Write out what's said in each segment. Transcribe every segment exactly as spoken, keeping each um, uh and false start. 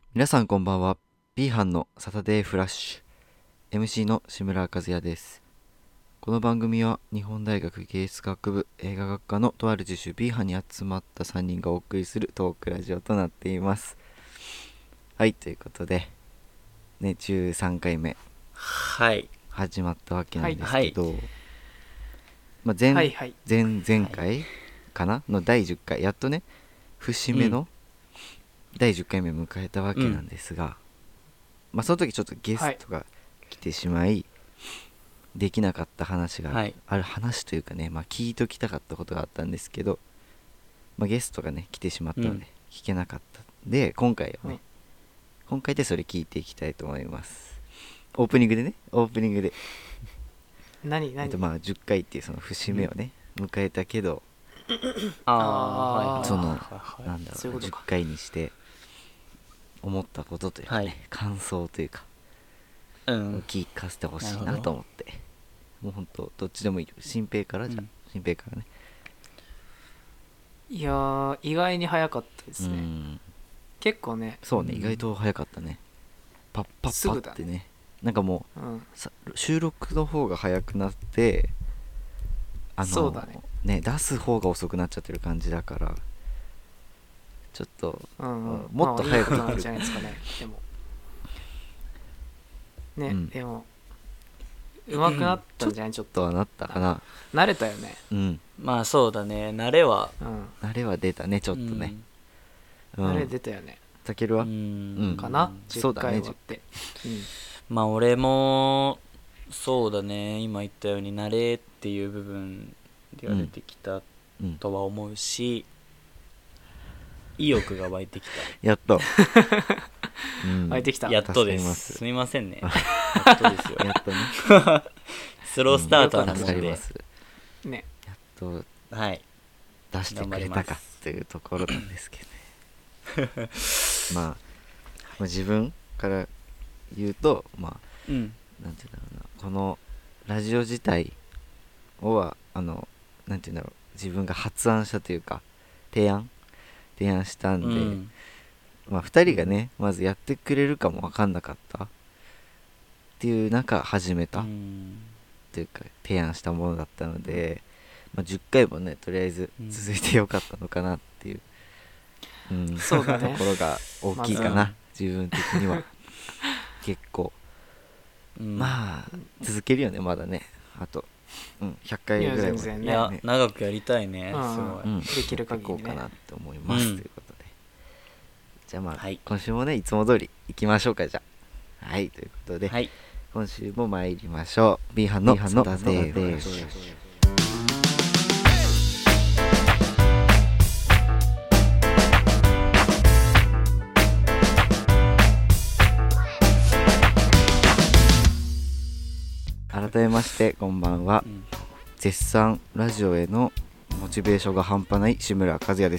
皆さんこんばんは。 B 班のサタデーフラッシュ エムシー の志村和也です。この番組は日本大学芸術学部映画学科のとある自主 B 班に集まったさんにんがお送りするトークラジオとなっています。はい、ということでね、じゅうさんかいめはい始まったわけなんですけど、 はいまあ、前、 はいはい、 前々回かなのだいじゅっかい、やっとね節目のだいじゅっかいめ迎えたわけなんですが、うん、まあその時ちょっとゲストが来てしまい、はい、できなかった話がある、はい、ある話というかね、まあ、聞いときたかったことがあったんですけど、まあ、ゲストがね来てしまったので聞けなかったんで、うん、今回はね、うん、今回でそれ聞いていきたいと思います。オープニングでねオープニングで何何、 えっと、まあじゅっかいっていうその節目をね、うん、迎えたけどあそのなんだろう、じゅっかいにして思ったことというかね、はい、感想というか、うん、聞かせてほしいなと思って、もうほんとどっちでもいいよ。新平からじゃ、うん、新平からね。 いやー意外に早かったですね。うん結構ね。 そうね、うん、意外と早かったね。パッパッパッってね、ねなんかもう、うん、収録の方が早くなってあのそうだねね出す方が遅くなっちゃってる感じだからちょっと、 うんうん、 もっと早くなるじゃないですかね。でもね、うん、でも上手くなったんじゃない、 ちょっとはなったかな。 慣れたよね。 うんまあそうだね、慣れは、 うん、慣れは出たねちょっとね、 うん、慣れ出たよね。 たけるは、うん、かなじゅっかい終わって、 うん、まあ俺もそうだね、今言ったように慣れっていう部分では出てきたとは思うし、うん、意欲が湧いてきたやっと、 うん、湧いてきた。 やっとです。すみませんね。やっとですよ。 やっとね。 スロースターターなもんで、 うん、ね、やっとはい出してくれたかというところなんですけどね。まあ、まあ自分から言うと、まあ、うん、なんていうんだろうな、このラジオ自体をはあのなんていうんだろう、自分が発案したというか提案提案したんで、うん、まあふたりがねまずやってくれるかも分かんなかったっていう中始めた、うん、というか提案したものだったので、まあ、じゅっかいもねとりあえず続いてよかったのかなっていう、うんうん、 そうだね、 ところが大きいかな、ま、自分的には結構、うん、まあ続けるよねまだね、あと、うん、ひゃっかいぐらいは、ね、 いや長くやりたいね、 うん、 すごい、 うん、できる限り、ね、 やっていこうかなって思います、うん、ということで、じゃあまあ、 はい、 今週もねいつも通り行きましょうか。じゃあはい、ということで、 はい、 今週も参りましょう。 B 班のサタデーフラッシュ。改めましてこんばんは、うん、絶賛ラジオへのモチベーションが半端ない志村和也です。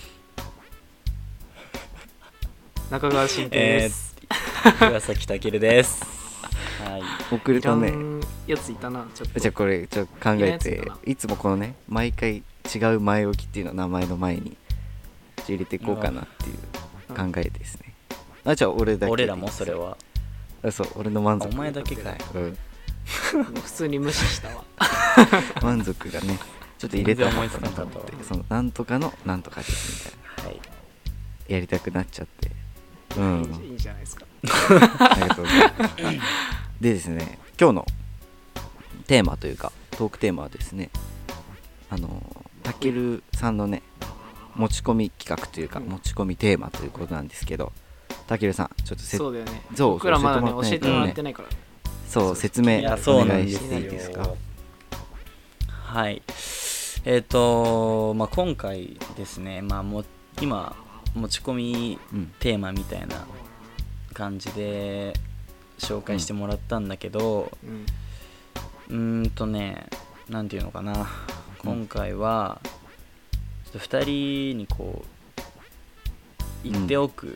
中川新平です、 えー、岩崎健です。はい、 遅れたね。 やついたな。ちょっとじゃあこれちょっと考えて、いつもこのね毎回違う前置きっていうのを名前の前に入れていこうかなっていう考えですね、うん、あじゃあ俺だけ俺らもそれはあそう俺の満足、 お前だけかい、うん、 普通に無視したわ満足がねちょっと入れたかったなと思って、そのなんとかのなんとかですみたいな、はい、やりたくなっちゃって、 うん、いいじゃないですかありがとうございますでですね、今日のテーマというかトークテーマはですね、あのたけるさんのね持ち込み企画というか、うん、持ち込みテーマということなんですけど、たけるさんちょっとせそうだよね、そう僕らまだね教えてもらってないから、ね、 そう説明お願いしていいですか。 はい、えっ、ー、とまあ今回ですね、まあも今持ち込みテーマみたいな感じで紹介してもらったんだけど、うん、うーんとねなんていうのかな、今回はちょっとふたりにこう言っておく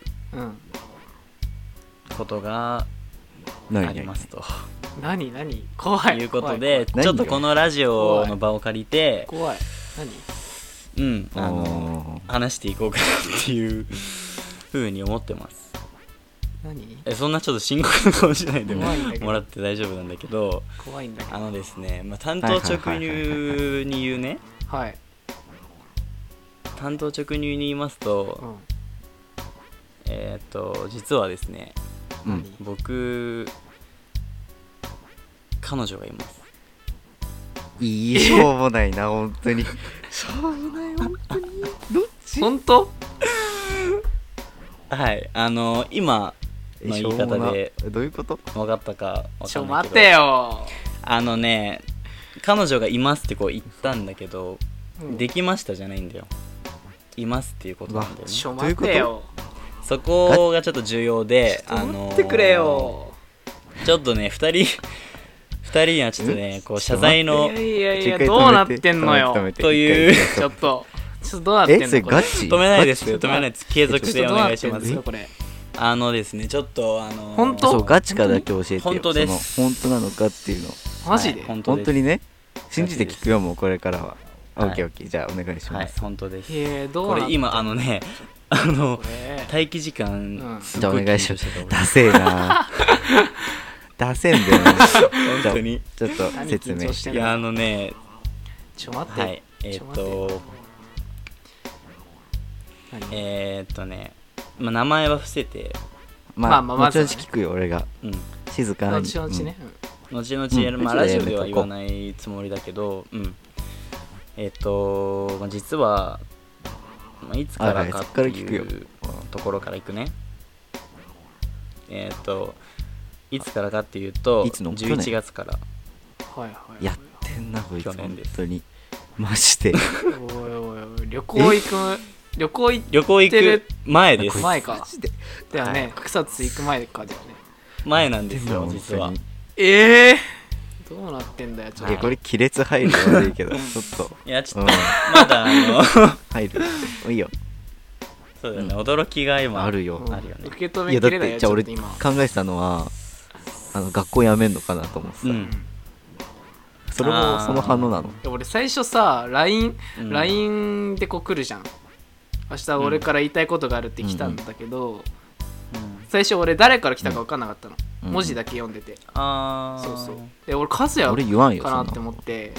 ことがありますと、 何何怖いいうことで、ちょっとこのラジオの場を借りて怖い何うんあの話していこうかなっていう風に思ってます。 何えそんなちょっと深刻な顔しないでも怖いんだけどもらって大丈夫なんだけど、 怖いんだけどあのですね、まあ、単刀直入に言うね、 はい単刀直入に言いますと、 うんえっ、ー、と実はですね、 うん、 僕彼女がいます。 いいしょうもないな本当にしょうもない本当にどっち本当はいあの今の言い方でどういうこと分かったか分ちょかんないけど、 待てよあのね彼女がいますってこう言ったんだけど、 うんできましたじゃないんだよ、いますっていうことなんだよね。 ちょ待てよそこがちょっと重要で、 ちょっと待ってくれよ、 あのー、ちょっとねふたりふたりにはちょっとねこう謝罪のいやいやいやどうなってんのよというちょっとちょっとどうなってんのえそれガチ止めないですよ止めないです、継続でお願いします。 ちょっとどうなってんですかこれあのですねちょっとあのー、 本当そうガチかだけ教えてよ。 本当です。 その本当なのかっていうのマジで、 はい、本当です。 本当にね信じて聞くよもうこれからは。 はい、 オッケーオッケーじゃあお願いします。 はい本当です。 えー、どうなってんのこれ今あのねあのこれ待機時間、 うんすじゃあおごい願いします緊張してた。 ダセえなダセえんだよな本当にちょっと説明して何緊張してんいやあのねちょ待って、 はいえー、っちょ待ってと何えー、っとね、まあ、名前は伏せて、 まあまあまあまずはね後々聞くよ俺がうん、 静かに後々ね、 後々、 うんまあ、 うちはやめとこうラジオでは言わないつもりだけど、うん、えー、っと、まあ、実は、まあ、いつからはいかってはいそっから聞くよいうところからいくね。えー、っといつからかっていうといつのじゅういちがつからうん、はいはいやってんなこいつ本去年です当にマジでおいおいおい旅行行く旅行行っ旅行行く前です。 前かマジでたよね、草津行く前かだよね前なんですよ本当に実は。 ええー、どうなってんだよちょっといやこれ亀裂入るの悪いけどちょっといやちょっうんとまだあの入るいいよそうだよね、驚きが今あるようんあるよね。 受け止いやだっめきれないよてじゃあ俺考ちょっと今えてたのはあの学校辞めんのかなと思ってさ、 うんそれもその反応なのいや俺最初さ ライン、 うんライン でこう来るじゃん明日俺から言いたいことがあるって来たんだけど、 うん最初俺誰から来たか分かんなかったの、 うん文字だけ読んでて、 あーそうそうで俺カズヤ俺言わんよかなってそんな思って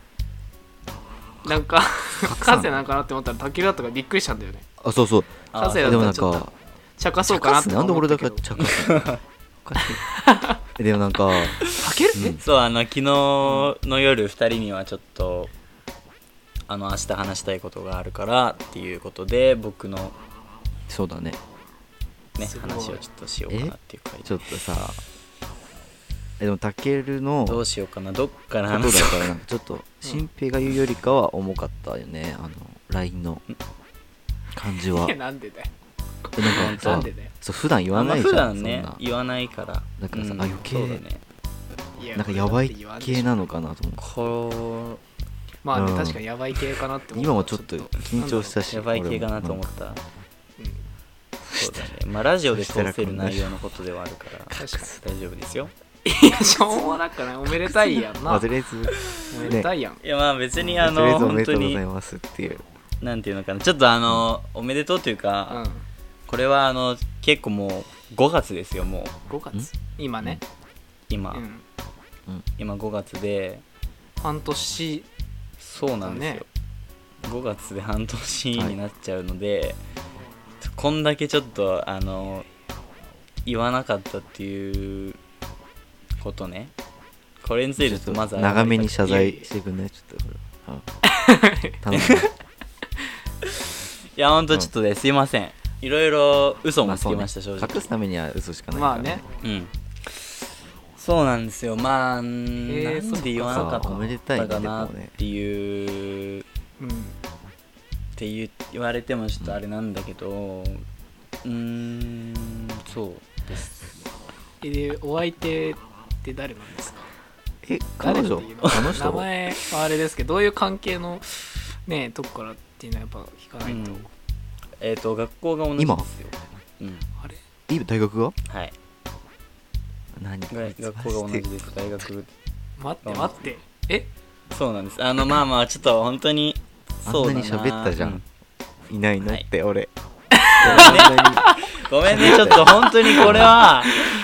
なんかカズヤなんかなって思ったら竹浦とかびっくりしたんだよねあそうそうあーカズヤでもなんだったらちょっとか茶化そうかなってなんで俺だけ思った茶化すのおかしいでもなんかけど竹うんそうあの昨日の夜ふたりにはちょっとあの明日話したいことがあるからっていうことで僕のそうだねねすごい話をちょっとしようかなっていう回ちょっとさえでもタケルのどこうしようかなどっからとだ話そうからなんかちょっと新平が言うよりかは重かったよねあの ライン の感じはいやなんでだよえなんかなさんでだよそう普段言わあんまないじゃん普段ねそんな言わないからだからさうんあ余計そうだねいやなんかやばい俺だって言わんでしょ系なのかなと思ってこまあね、 うん確かにやばい系かなって思った今もちょっと緊張したしうやばい系かなと思俺もったうんそうだねまあラジオで通せる内容のことではあるから確かに大丈夫ですよ。 いやしょうもなくないおめでたいやんな忘れずおめでたいやん、 いやまあ別にあとりあえずおの本当めでとうございにますっていうなんていうのかなちょっとあのおめでとうといううかん、 これはあの結構もうごがつですよもうごがつ今ね、 今うん、 今ごがつで半年そうなんですよごがつで半年になっちゃうのでこんだけちょっとあの言わなかったっていうことねこれについてちょっとまず謝りたくて長めに謝罪してくんないちょっとこれ、うん、頼むねいやほんとちょっとねすいませんいろいろ嘘もつきました、正直隠すためには嘘しかないからまあねうんそうなんですよまあ、んえーなんで言わなかったおめでたいねかなっでもねていううんって言言われてもちょっとあれなんだけどうーんそうですえでお相手って誰なんですかえ彼女誰っていうの名あの人前はあれですけどどういう関係のねとこからっていうのはやっぱ聞かないと、 うんえっ、ー、と学校が同じですようんあれいい大学がはい何が学校が同じです大学待って待ってえそうなんですあのまあまあちょっと本当にそうだなあんなに喋ったじゃんういないのって俺ねあんなにごめんねちょっと本当にこれは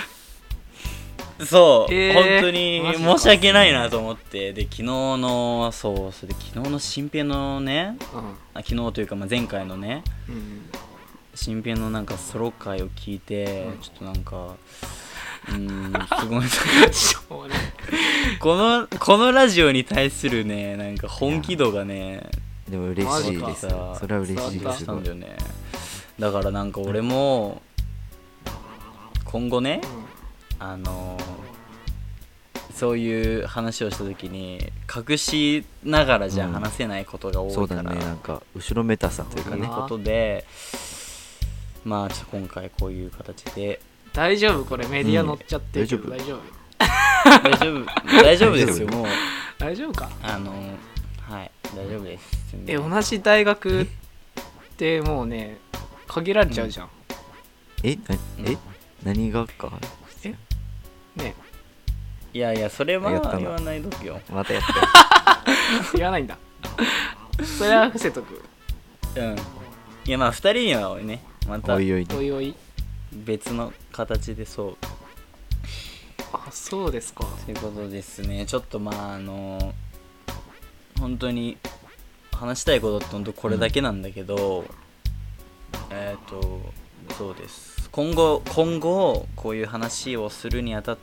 そう、 えー、 本当に申し訳ないなと思って、で昨日のそうそれで昨日の新編のね、うん、あ昨日というかまあ前回のね、うん、新編のなんかソロ回を聞いて、うん、ちょっとなんかうーんすごいこのこのラジオに対するねなんか本気度がねでも嬉しいですそれは嬉しいですしたんだよね。だからなんか俺も今後ね、うん、あのー、そういう話をした時に隠しながらじゃ話せないことが多いから、うん、 そうだねなんか後ろめたさというかねことでまあちょっと今回こういう形で大丈夫これメディア載っちゃってるけど、うん、大丈夫大丈夫大丈夫ですよもう大丈夫かあのはい大丈夫です。 え同じ大学ってもうね限られちゃうじゃん、うん、 えなえ何がかえねいやいやそれは言わないときよまたやって言わないんだそれは伏せとく。 うんいやまあふたりにはねまたおいおいおいおい別の形でそうあそうですかということですね。ちょっとまああの本当に話したいことって本当これだけなんだけど、うん、えっ、ー、とそうです今後今後こういう話をするにあたって、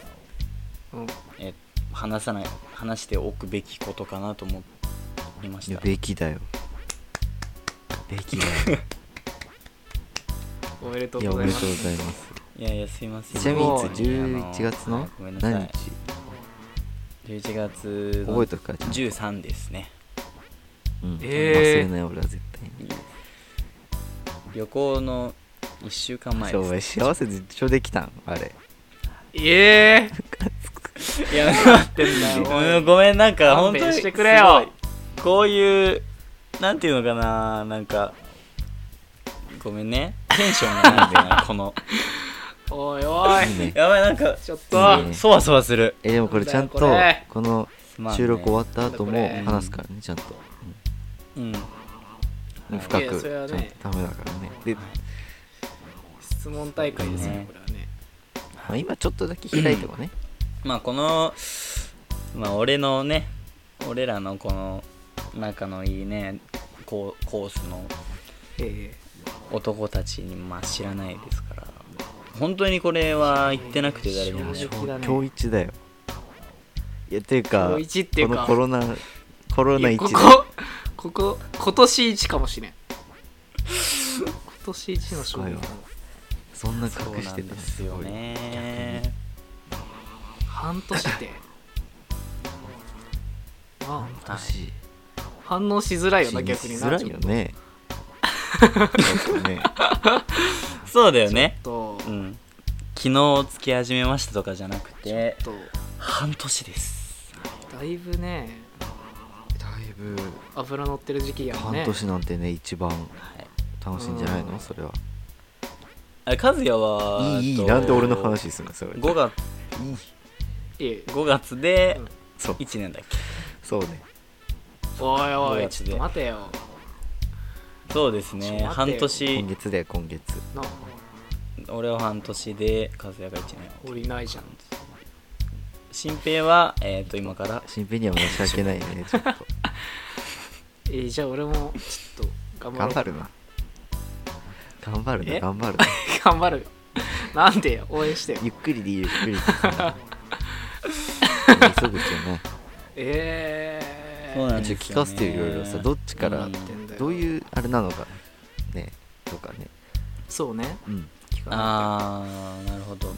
うんえ話さない話しておくべきことかなと思いました。 いやべきだよべきだよおめでとうございます。 いやおめでとうございます。 いやいやすいません。 ちなみにいつじゅういちがつの何日？ じゅういちがつの覚えとくかじゅうさんですね。 うん、えー、忘れない俺は絶対に。 旅行のいっしゅうかんまえです、 ね。そう幸せ絶頂できたんあれ。 いえーいや待ってんだごめんなんか本当にしてくれよ。 こういうなんていうのかななんかごめんねテンションがないんだよなこのおいおい、 ね、やばいなんかちょっと、 ね、そわそわする。 えでもこれちゃんとこの収録終わった後も話すからねちゃんと、うん、うん、深くちゃんとダメだからね。で質問大会ですね、ねこれはね、 まあ、今ちょっとだけ開いてもねまあこのまあ俺のね俺らのこの仲のいいねコースの男たちにまあ知らないですから本当にこれは言ってなくて誰にも今日一だよ。いやっていうか今日一っていうかこのコロナコロナ一ここここ今年一かもしれん今年一の勝負そんな隠してたんですよね。 半年って半年反応しづらいよな逆にな。 しづらいよねねそうだよね、うん、昨日付き始めましたとかじゃなくて半年です。 だいぶねだいぶ油乗ってる時期やんね。 半年なんてね一番楽しいんじゃないの、うん、それは。 あれ和也はいいいいなんで俺の話するのそれ。 ごがついいごがつでいちねんだっけ。 そうね。 おいおいちょっと待てよ。 そうですね半年今月だよ今月な。 俺は半年で和也がいちねん。俺いないじゃん。 新平はえっ、ー、と今から新平には申し訳ないねちょっとえー、じゃあ俺もちょっと頑張ろう。 頑張るな頑張るな頑張るな頑張るよ。なんでよ応援してよ。 ゆっくりでいいよゆっくりで急ぐ必要ないえーそうなんですよね。 聞かせてよいろいろさどっちからどういうあれなのかねとかね。 そうね、 うん、 あーなるほど。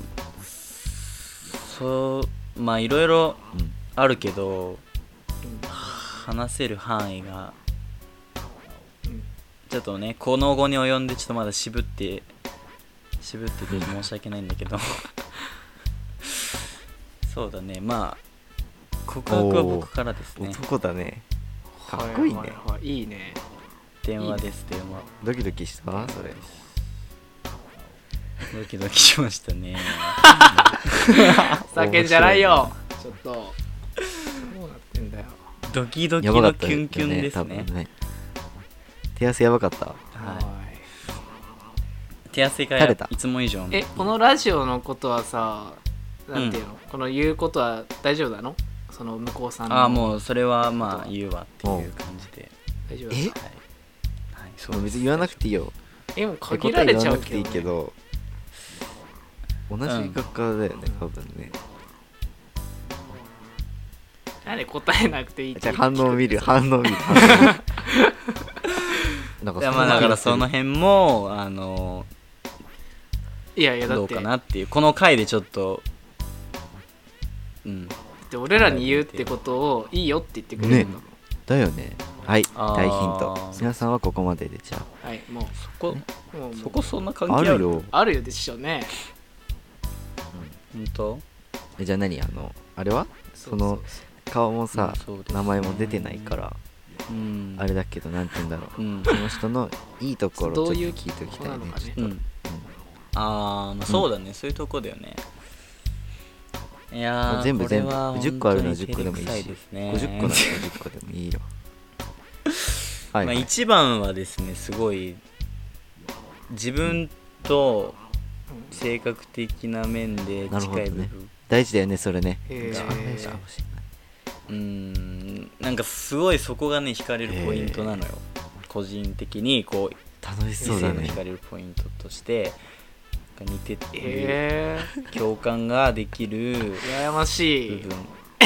そうまあいろいろあるけど、うん、話せる範囲が、うん、ちょっとねこの後に及んでちょっとまだ渋って渋ってて申し訳ないんだけどそうだねまあ告白は僕からですね。 男だねかっこいいね、はいはいはい、いいね。 電話です電話。 ドキドキしたそれ。 ドキドキしましたね叫んじゃないよちょっとどうなってんだよ。 ドキドキのキュンキュンです ね, ね手汗やばかった。は手汗が垂れたいつも以上のえこのラジオのことはさなんていうの、うん、この言うことは大丈夫なの？その向こうさんのああもうそれはまあ言うわっていう感じで大丈夫ですか？ はい、はい、そう別に言わなくていいよ。 えもう限られちゃうけど、ね、 答え言わなくていいけど同じ学科だよね、うん、多分ね。 なんで答えなくていいってじゃあ反応見る反応見るなんかまあだからその辺もあのいやいやだってどうかなっていうこの回でちょっとうんで俺らに言うってことをいいよって言ってくれるんだもん、ね、 だよね。はい大ヒント。皆さんはここまででじゃあはいもうそこもうそこそんな関係ある？ あるよあるよでしょうね。 うん本当？ えじゃあ何あのあれはその顔もさ、うんね、名前も出てないから、うん、あれだけどなんて言うんだろう、うん、その人のいいところちょっと聞いておきたいね。ちょっと、うん、 ああまあそうだね、うん、そういうとこだよね。いや全部全部じゅっこあるのはじゅっこでもいいし、ね、ごじゅっこならごじゅっこでもいいよはい、はい、 まあ、一番はですねすごい自分と性格的な面で近い部分、ね、 大事だよねそれね。一番大事かもしれない。 うーんなんかすごいそこがね惹かれるポイントなのよ。個人的にこう楽しそうだね。 惹かれるポイントとして似てて、えー、共感ができる羨ましい部分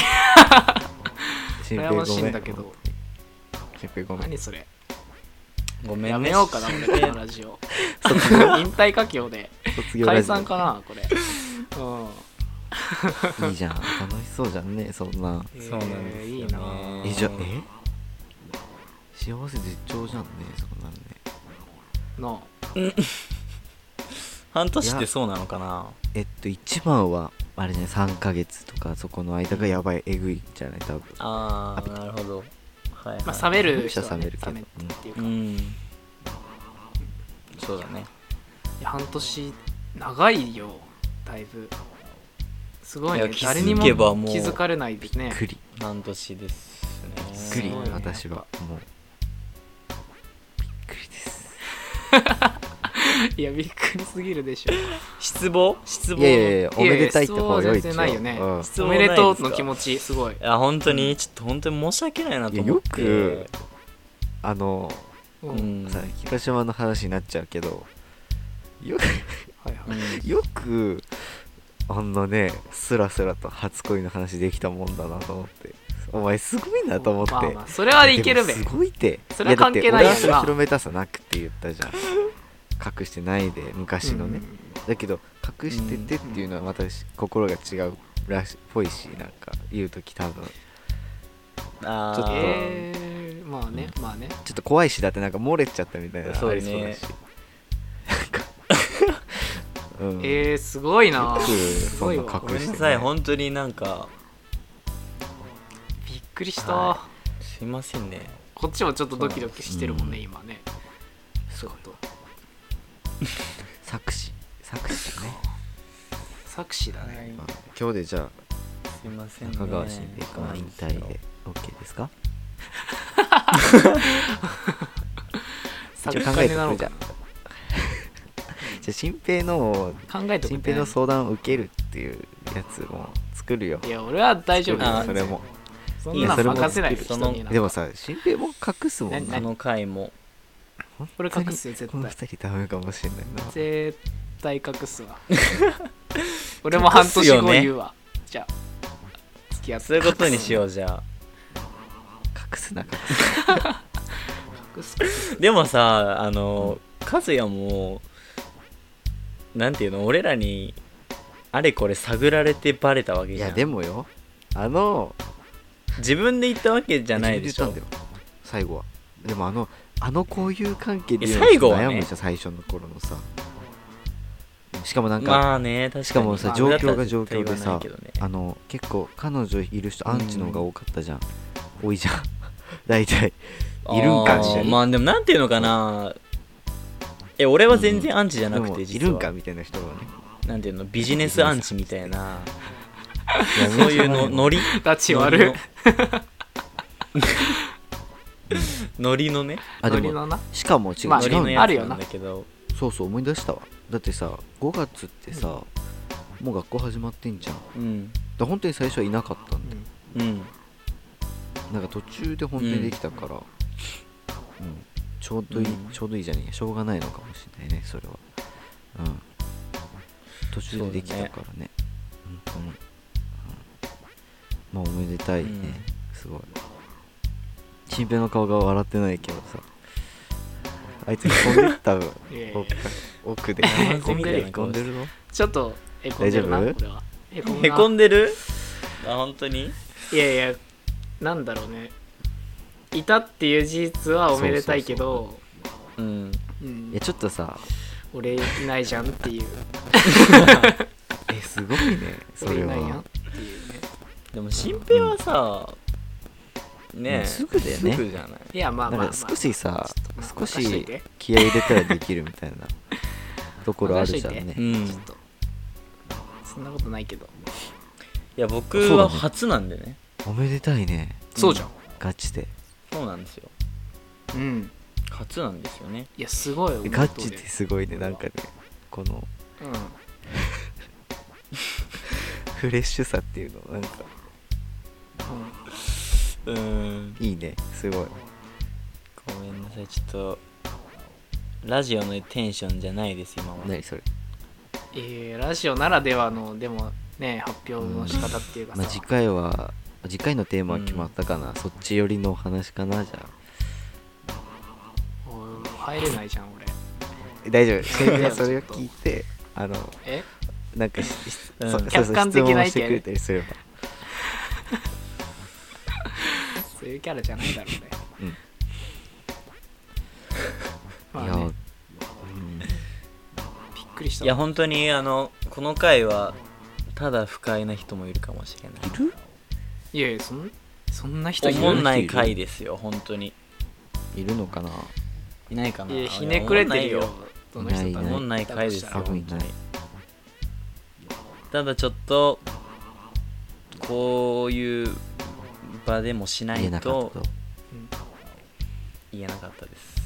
羨ましいんだけどごめん何それごめんねやめようかな俺このラジオ引退佳境で解散かなこれうんいいじゃん楽しそうじゃんねそんな。 そうなんですよね。 いいなえじゃえ幸せ絶頂じゃんねそんなんねなあ半年ってそうなのかな。 えっと一番はあれねさんかげつとかそこの間がやばいえぐいんじゃない多分。 ああなるほど、はいはい、 まあ冷める人は、ね、 冷めるけど冷めっていうか、 うん、そうだね。 いや半年長いよだいぶすごいね。誰にも気づかれないですね。 びっくり半年ですね。びっくり私はもうびっくりですいやびっくりすぎるでしょ。 失望失望。 いやいやいやおめでたいって方が良い。 全然ないよね、うん、おめでとうの気持ちすごい。 いや本当にちょっと本当に申し訳ないなと思って。 よくあの、 うん、 さ広島の話になっちゃうけどよくはい、はい、よくあんなねスラスラと初恋の話できたもんだなと思って。お前すごいなと思って、まあまあ、それはいけるべ。 すごいってそれは関係ないやんな。 いやだって俺はそれ広めたさなくって言ったじゃん隠してないで昔のね、うん、だけど隠しててっていうのはまた心が違うらしいっぽいしなんか言うとき多分あちょっと、 えー、まあね、うん、まあねちょっと怖いしだってなんか漏れちゃったみたいなそうですね。 うん、えーすごいなすごいわ。 ごめんなさい本当になんかびっくりした、 はい、すいませんね。 こっちもちょっとドキドキしてるもんね、うん、今ね。 そうと作詞作詞ね作詞だね、 まあ、今日でじゃあすいませんね中川新平君は引退で OK ですか作家になろうかな。 じゃあ新平の考えとくね。 新平の相談を受けるっていうやつも作るよ。 いや俺は大丈夫。 それもそんな任せない人に。 でもさ新平も隠すもんな。あの回もこれ隠すよ絶対。 このふたりダメかもしれないな。 絶対隠すわ俺も半年後言うわ、ね、じゃあ付き合ってそういうことにしよう。じゃあ隠すな隠す隠すでもさあの和也もなんていうの俺らにあれこれ探られてバレたわけじゃん。 いやでもよあの自分で言ったわけじゃないでしょ最後は。でもあのあの交友関係で最後はね悩むじゃん最初の頃のさ。しかもなんか、 まあね、確かにしかもさ状況が状況でさ、 ね、 あの結構彼女いる人アンチの方が多かったじゃん、うん、多いじゃん大体いるんかしら。 まあでもなんていうのかな、え俺は全然アンチじゃなくて、 うん、実はいるんかみたいな人がね、 なんていうのビジネスアンチみたいなそういうのノリ立ち悪いノリのねあでもノリのなしかも違う、 まあ、 違うのあるよな。 だけどそうそう思い出したわだってさごがつってさ、うん、もう学校始まってんじゃん、 うん、 だ本当に最初はいなかったんだよ、 うん、 なんか途中で本当にできたから、うんうん、ちょうどいい、うん、ちょうどいいじゃねえしょうがないのかもしれないねそれは、うん、途中でできたからね本当に、うん、まあおめでたいね、うん、すごい新平の顔が笑ってないけどさあいつ飛んでる多分奥でへこんでるへこんでるのちょっとへこんでるなこれはへこんでるあ本当にいやいやなんだろうねいたっていう事実はおめでたいけどうん、 うん、いやちょっとさ俺いないじゃんっていうえすごいねそれは俺いないやんっていうねでも新平はさ、うん、ねえすぐだよねすぐじゃないいやまあまあ、まあ、 少しさ少し気合い入れたらできるみたいなところあるじゃんね、 うん、ちょっとそんなことないけどいや僕は初なんで ね, ねおめでたいねそうじゃん、うん、 ガチでそうなんですようん初なんですよねいやすごいガチってすごいねなんかねこの、 うん、 フレッシュさっていうのなんかうん、うんいいねすごいごめんなさいちょっとラジオのテンションじゃないです今は何それえー、ラジオならではのでもね発表の仕方っていうかさ、 うんまあ、次回は次回のテーマは決まったかな、うん、そっち寄りのお話かなじゃあ入れないじゃん俺大丈夫それそれを聞いてあのえなんか、 うん、そ客観的な意見してくれたりすればそういうキャラじゃないだろうね、 うんまあね、いや、うん、びっくりしたいや本当にあのこの回はただ不快な人もいるかもしれないいるいやいやそんそんな人いる思んない回ですよ本当にいるのかないないかな。 いやひねくれてるよどの人だ思んない回ですよ多分いないただちょっとこういう場でもしないと言えなかったです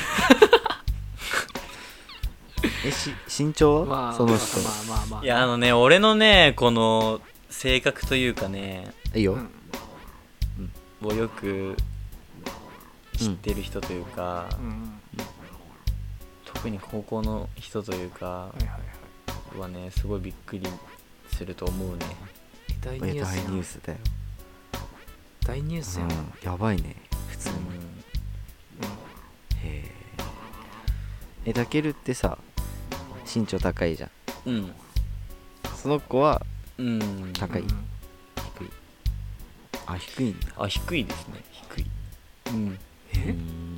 えし身長は、 まあ、 その人まあまあまあ、まあ、 いやあのね俺のねこの性格というかねいいよ、 うん、をよく知ってる人というか、 うん、 特に高校の人というかはいはいはいはねすごいびっくりすると思うね大ニュース大ニュースだよ大ニュースやん、 うん、やばいね普通に、うんうん、へええたけるってさ身長高いじゃんうんその子はうん高い、うん、低いあ低いんだあ低いですね低いうんえ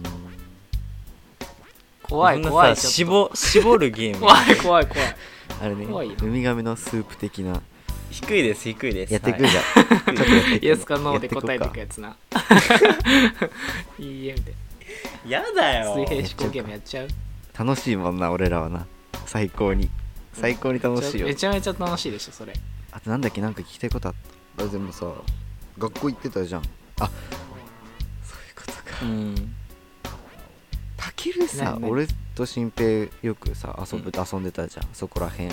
怖い怖い絞絞るゲーム怖い怖い怖いあれねウミガメのスープ的な低いです低いですやってくるじゃん、 はい、イエスかノーで答えてくやつないいえみたいなやだよ水平思考ゲームやっちゃう楽しいもんな俺らはな最高に最高に楽しいよめちゃめちゃ楽しいでしょそれあとなんだっけなんか聞きたいことあったあでもさ学校行ってたじゃんあそういうことかうんたけるさ俺と新平よくさ遊ぶ、うん、遊んでたじゃんそこらへん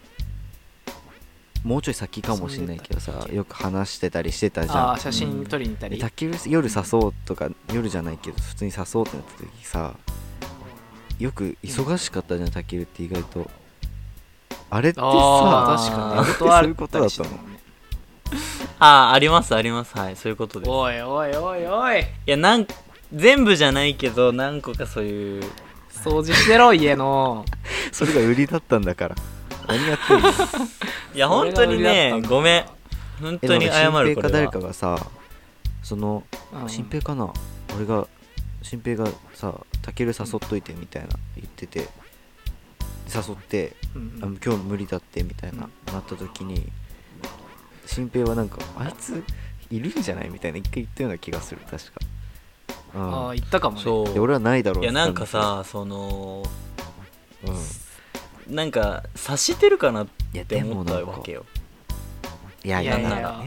もうちょい先かもしんないけどさよく話してたりしてたじゃんあ写真撮りに行ったりたける夜誘おうとか、うん、夜じゃないけど普通に誘おうってなった時さよく忙しかったじゃんたけるって意外とあれってさあ確かにそういうことだったのああありますありますはいそういうことですおいおいおいおいいやなん全部じゃないけど何個かそういう掃除してろ家のそれが売りだったんだから何やってんのいや本当にねごめん本当に謝るこれは新平か誰かがさその、うん、新平かな俺が新平がさたける誘っといてみたいな言ってて誘って、うんうん、今日無理だってみたいな、うん、なった時に新平はなんかあいついるんじゃないみたいな一回言ったような気がする確か、 うん、ああ言ったかもねそうで俺はないだろういやなんかさその、うん、なんか察してるかなって思ったわけよいやいやいやいや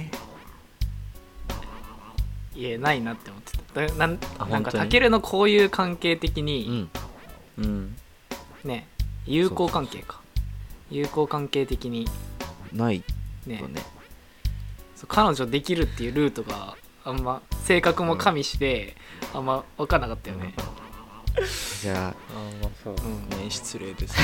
いやないなって思ってたな ん, なんかたけるのこういう関係的に、 うんうん、 ね友好関係か友好関係的にないねとねそう彼女できるっていうルートがあんま性格も加味して、うん、あんま分かんなかったよね、 うん、じゃああまあそう、うん、ね失礼ですね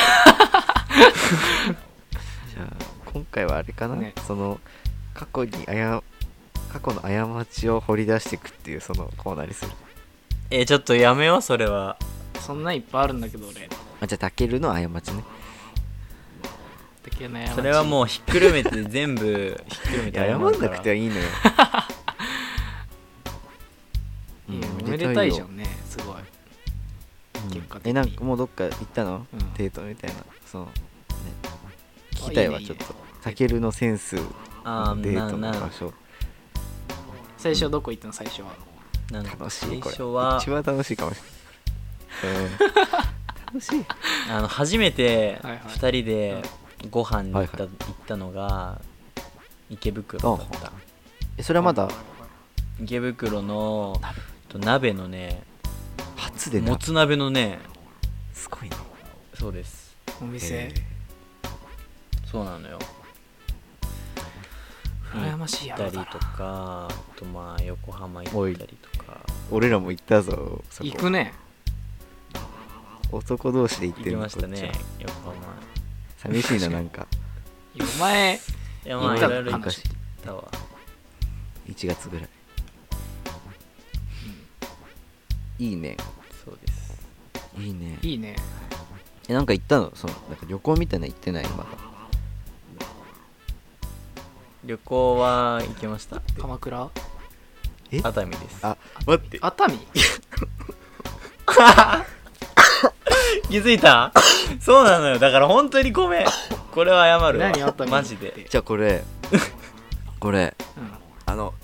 じゃあ今回はあれかな、ね、その過去にあや過去の過ちを掘り出していくっていうそのコーナーにする。 えー、ちょっとやめようそれは。 そんないっぱいあるんだけど俺。 あじゃあタケルの過ちね。 タケルの過ち。 それはもうひっくるめて全部ひっくるめて謝んなくてはいいのよ。 いやめでたいじゃんねすごい。 うん、結果的にえなんかもうどっか行ったの、うん、デートみたいなその、ね、聞きたいわちょっと。タケルのセンスのデートの場所。 最初どこ行ったの最初は。 なん楽しいこれ最初は一番楽しいかもしれない、うん、楽しいあの初めてふたりでご飯に行った、はいはい、行ったのが池袋だった。 えそれはまだ池袋の鍋のね初でもつ鍋のねすごいね。 そうですお店そうなのよ。 羨ましいやろだな。 行ったりとかあとまあ横浜行ったりとか。 俺らも行ったぞそこ。行くね。 男同士で行ってるの。行きましたね横浜。 寂しいななんかお前いやまあいろいろ行ったわいちがつぐらい、うん、いいね。 そうですいいねいいね。 えなんか行ったのそのなんか旅行みたいな行ってないまだ。 旅行は行きました。 鎌倉え熱海です。 あ待って熱海気づいたそうなのよだから本当にごめんこれは謝るわ何熱海マジで。 じゃあこれこれ、うん、あの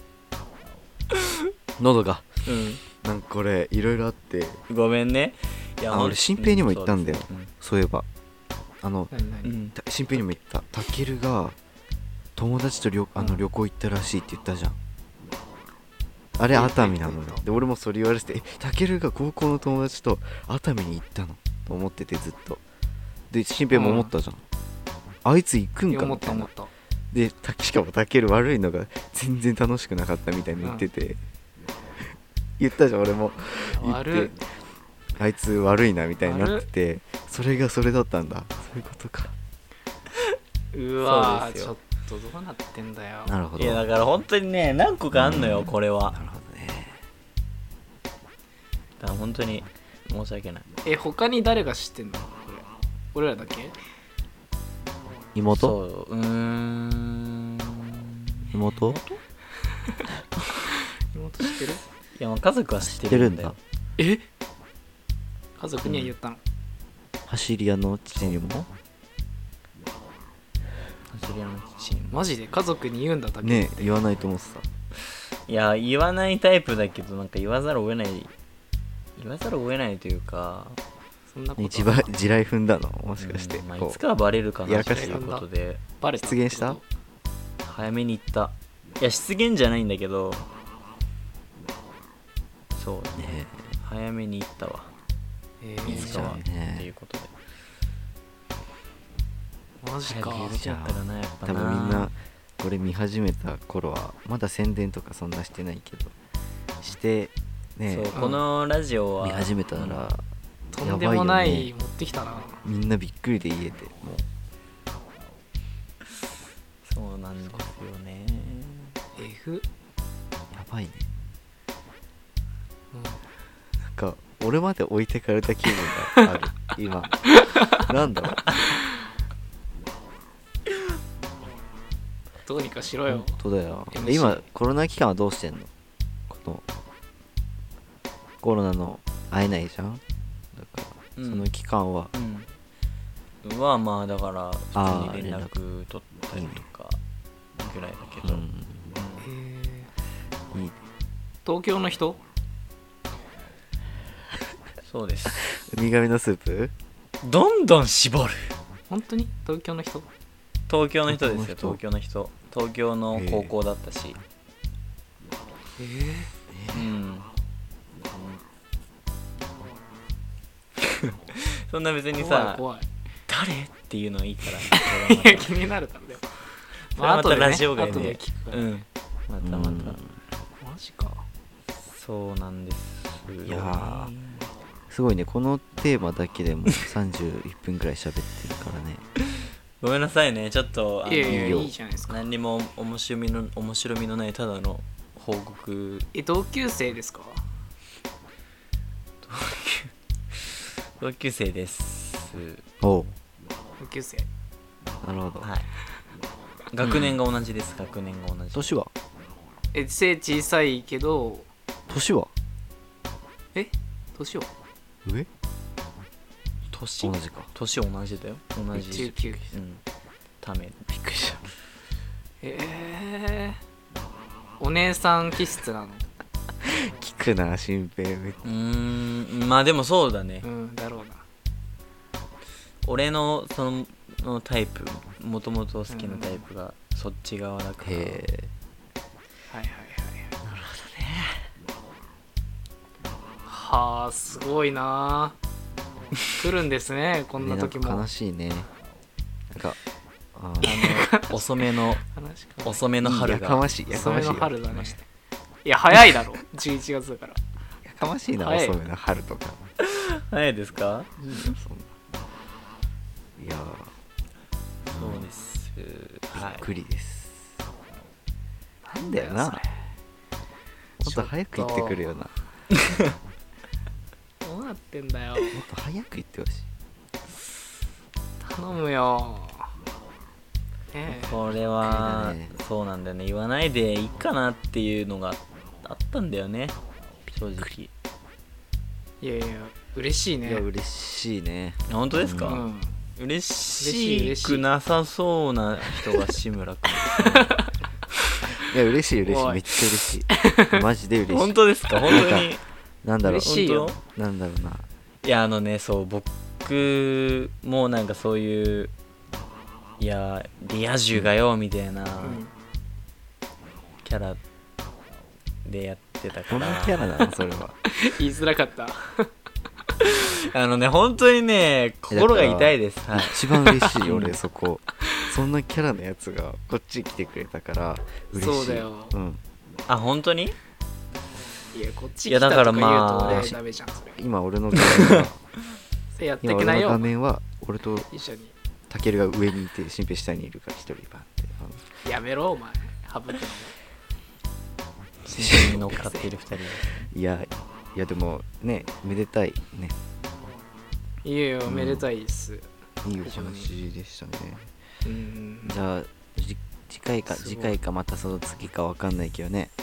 喉が、うん、なんかこれいろいろあってごめんね。 いや俺新平にも言ったんだよ、うん、そういえばあの新平にも言ったたけるが友達と 旅, あの旅行行ったらしいって言ったじゃん。あれ熱海なのよ。で俺もそれ言われててえたけるが高校の友達と熱海に行ったのと思っててずっと。で新平も思ったじゃん、うん、あいつ行くんかみたいな。でしかもたける悪いのが全然楽しくなかったみたいに言ってて、うん、言ったじゃん俺も言ってあいつ悪いなみたいになっててそれがそれだったんだ。そういうことか。 うわちょっとどうなってんだよ。 なるほど。 いやだから本当にね何個かあんのよ、うん、これは。 なるほどね。 だから本当に申し訳ない。 え他に誰が知ってんのこれ。俺らだけ？ 妹？ そううーん妹？ 妹知ってる？ いやまあ家族は知ってるんだよ。 え？家族には言ったの？うん、 走り屋の父にも？ マジで家族に言うんだだけねえ言わないと思ってた。 いや言わないタイプだけどなんか言わざるを得ない言わざるを得ないというかそんなこと地雷踏んだのもしかして、うんまあ、いつかはバレるかなということでバレた出現した早めに行った。いや出現じゃないんだけどそうね早めに行ったわ、えー、いつかは、ね、っていうことでマジか。 じゃあ多分みんなこれ見始めた頃はまだ宣伝とかそんなしてないけどしてねそう、うん、このラジオは見始めたら、うん、 とんでもない持ってきたな。 みんなびっくりで言えてもうそうなんですよね。 F やばいね、うん、なんか俺まで置いてかれた気分がある今なんだろうどうにかしろよ。 本当だよ。今コロナ期間はどうしてんの？このコロナの会えないじゃん。だから、うん、その期間は、 うん、はまあだから普通に連絡取ったりとかぐらいだけど、うんうん、 へいい東京の人？ そうです。 ウミガメのスープ？ どんどん絞る。 本当に東京の人？ 東京の人ですよ。東京の人。東京の高校だったし。 えー、 うん。そんな別にさ誰っていうのいいからいや気になるからだよ。 まあ、またラジオ外で、 で、 ね、聞くから、 うん、またまた、マジか。 そうなんですよ。 いやすごいね、このテーマだけでもさんじゅういっぷんくらい喋ってるからねごめんなさいね、ちょっとあのいやいやいいじゃないですか。 何にも面白みの面白みのないただの報告。 え、同級生ですか？ 同級生です。 おう、 同級生。 なるほど。 はい。学年が同じです。うん、学年が同じ。 年は？ え、背小さいけど。 年は？ え、年は？ 上？ 年？ 同じか。 年同じだよ。同じ。 じゅうきゅう。 うん。ため。 びっくりした。 えー、お姉さん気質なの？ 聞くな、新平。うーん、まあでもそうだね。 うん、だろうな。 俺のそののタイプ、もともと好きなタイプがそっち側だから。へえ。 はいはいはいはい。なるほどね。はあ、すごいな。来るんですね、こんな時も。 悲しいね。なんかあの遅めの遅めの春が。 やかましい、やかましい。遅めの春だね。いや早いだろ、じゅういちがつだから。 やかましいな、遅めの春とか。 早いですか？ いいよそんな。いやそうです。 びっくりです。なんだよな。もっと早く言ってくるよな。 どうなってんだよ。 もっと早く言ってほしい。 頼むよ。ええ、 これは、ね、そうなんだよね。言わないでいいかなっていうのがあったんだよね、正直。 いやいや、嬉しいね。 いや嬉しいね。 本当ですか？うん、嬉しくなさそうな人が志村君。 いや嬉しい嬉しい、めっちゃ嬉しい。マジで嬉しい。 本当ですか？本当に。 なんだろう。 嬉しいよ。 なんだろうな。 いやあのね、そう僕もなんかそういう。いやリア充がよみたいなキャラでやってたから。 どんなキャラなのそれは。 言いづらかった。 あのね本当にね心が痛いです。 はい、一番嬉しい俺そこ。そんなキャラのやつがこっち来てくれたから嬉しい。 そうだよ。 うん。 あ本当に？ いやこっち来たとか言うと俺ダメじゃんそれ。 今俺の画面はやってくないよ。 今俺の画面は俺と一緒に。 タケルが上にいて新平下にいるから一人バンって。 やめろお前。ハブって新平に乗っかっている二人。 いやいやでもねめでたいね。 いやいやめでたいっす。 いいお話でしたね。 うん。 じゃあ次回か次回かまたその次かわかんないけどね。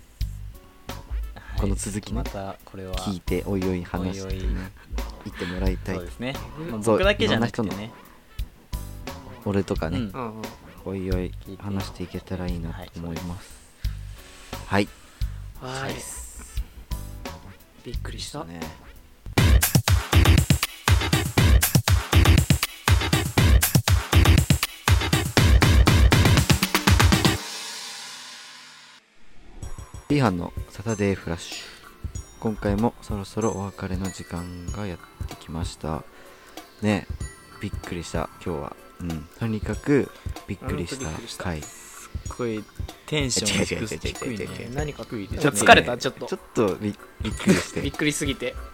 この続きね、 またこれは聞いておいおい話して言ってもらいたい。 そうですね。僕だけじゃなくてね。 俺とかね、うん、おいおい話していけたらいいなと思います。はい。 はい。はい、びっくりしたね。 ビーハンのサタデーフラッシュ。今回もそろそろお別れの時間がやってきましたね。びっくりした今日は。うん、とにかくびっくりした回。 すっごいテンション低いね。 何か低いでしょ。疲れたちょっと。 ちょっとびっくりして。 びっくりすぎて。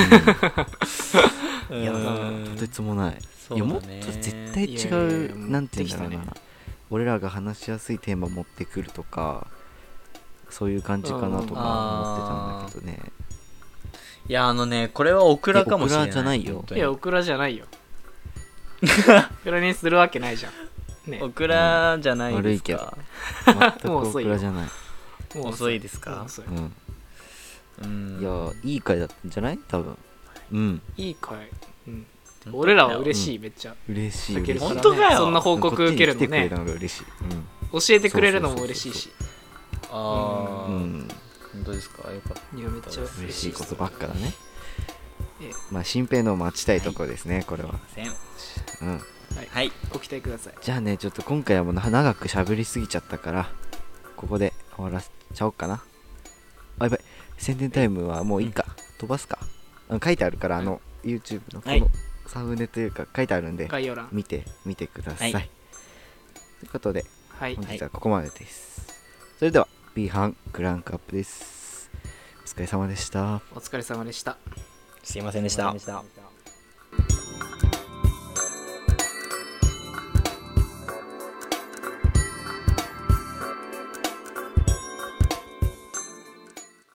うん、いやとてつもない。いやもっと絶対違う、なんていうんだろうな。俺らが話しやすいテーマ持ってくるとかそういう感じかなとか思ってたんだけどね。 いやあのねこれはオクラかもしれない。 オクラじゃないよ。 いやオクラじゃないよ。オクラにするわけないじゃん、ね、 オクラじゃないですか。 全くオクラじゃない。 もう遅いですか。 うん、いやいい回だったんじゃない多分。うん、 いい回、うん、俺らは嬉しい、うん、めっちゃ嬉しい。 本当かよ。 そんな報告受けるのね。教えてくれるのも嬉しいし。 ああ、うん、本当ですか。よかった。 いやめっちゃ嬉しいことばっかだね。まあ新平の待ちたいところですね、はい、これは。 うん、はい、はい、 ご期待ください。 じゃあね、ちょっと今回はもう長く喋りすぎちゃったからここで終わらせちゃおうかな。あ、やばい、宣伝タイムはもういいか、うん、飛ばすか。書いてあるから、あの YouTube のこのサムネというか書いてあるんで概要欄見て見てください、 はい、 ということで、 はい、 本日はここまでです、はい、それでは B 班クランクアップです。お疲れ様でした。 お疲れ様でした。 すいませんでした。